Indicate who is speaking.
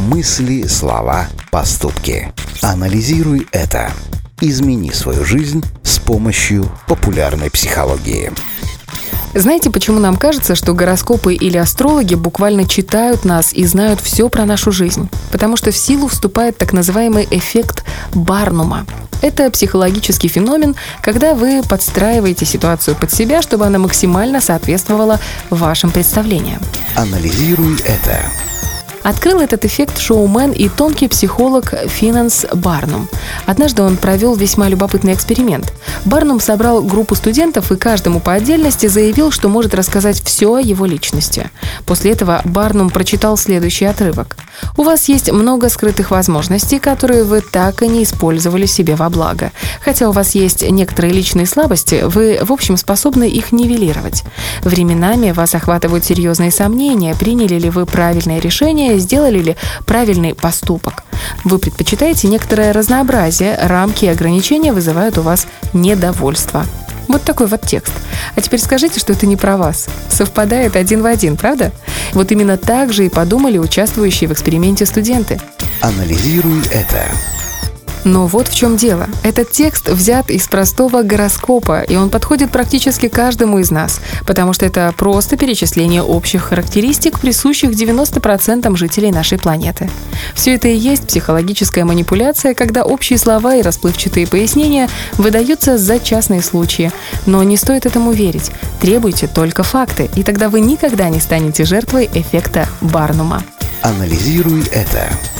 Speaker 1: Мысли, слова, поступки. Анализируй это. Измени свою жизнь с помощью популярной психологии.
Speaker 2: Знаете, почему нам кажется, что гороскопы или астрологи буквально читают нас и знают все про нашу жизнь? Потому что в силу вступает так называемый эффект Барнума. Это психологический феномен, когда вы подстраиваете ситуацию под себя, чтобы она максимально соответствовала вашим представлениям.
Speaker 1: Анализируй это.
Speaker 2: Открыл этот эффект шоумен и тонкий психолог Финанс Барнум. Однажды он провел весьма любопытный эксперимент. Барнум собрал группу студентов и каждому по отдельности заявил, что может рассказать все о его личности. После этого Барнум прочитал следующий отрывок. «У вас есть много скрытых возможностей, которые вы так и не использовали себе во благо. Хотя у вас есть некоторые личные слабости, вы, в общем, способны их нивелировать. Временами вас охватывают серьезные сомнения, приняли ли вы правильное решение, сделали ли правильный поступок. Вы предпочитаете некоторое разнообразие, рамки и ограничения вызывают у вас недовольство». Вот такой вот текст. А теперь скажите, что это не про вас. Совпадает один в один, правда? Вот именно так же и подумали участвующие в эксперименте студенты.
Speaker 1: Анализируй это.
Speaker 2: Но вот в чем дело. Этот текст взят из простого гороскопа, и он подходит практически каждому из нас, потому что это просто перечисление общих характеристик, присущих 90% жителей нашей планеты. Все это и есть психологическая манипуляция, когда общие слова и расплывчатые пояснения выдаются за частные случаи. Но не стоит этому верить. Требуйте только факты, и тогда вы никогда не станете жертвой эффекта Барнума.
Speaker 1: Анализируй это.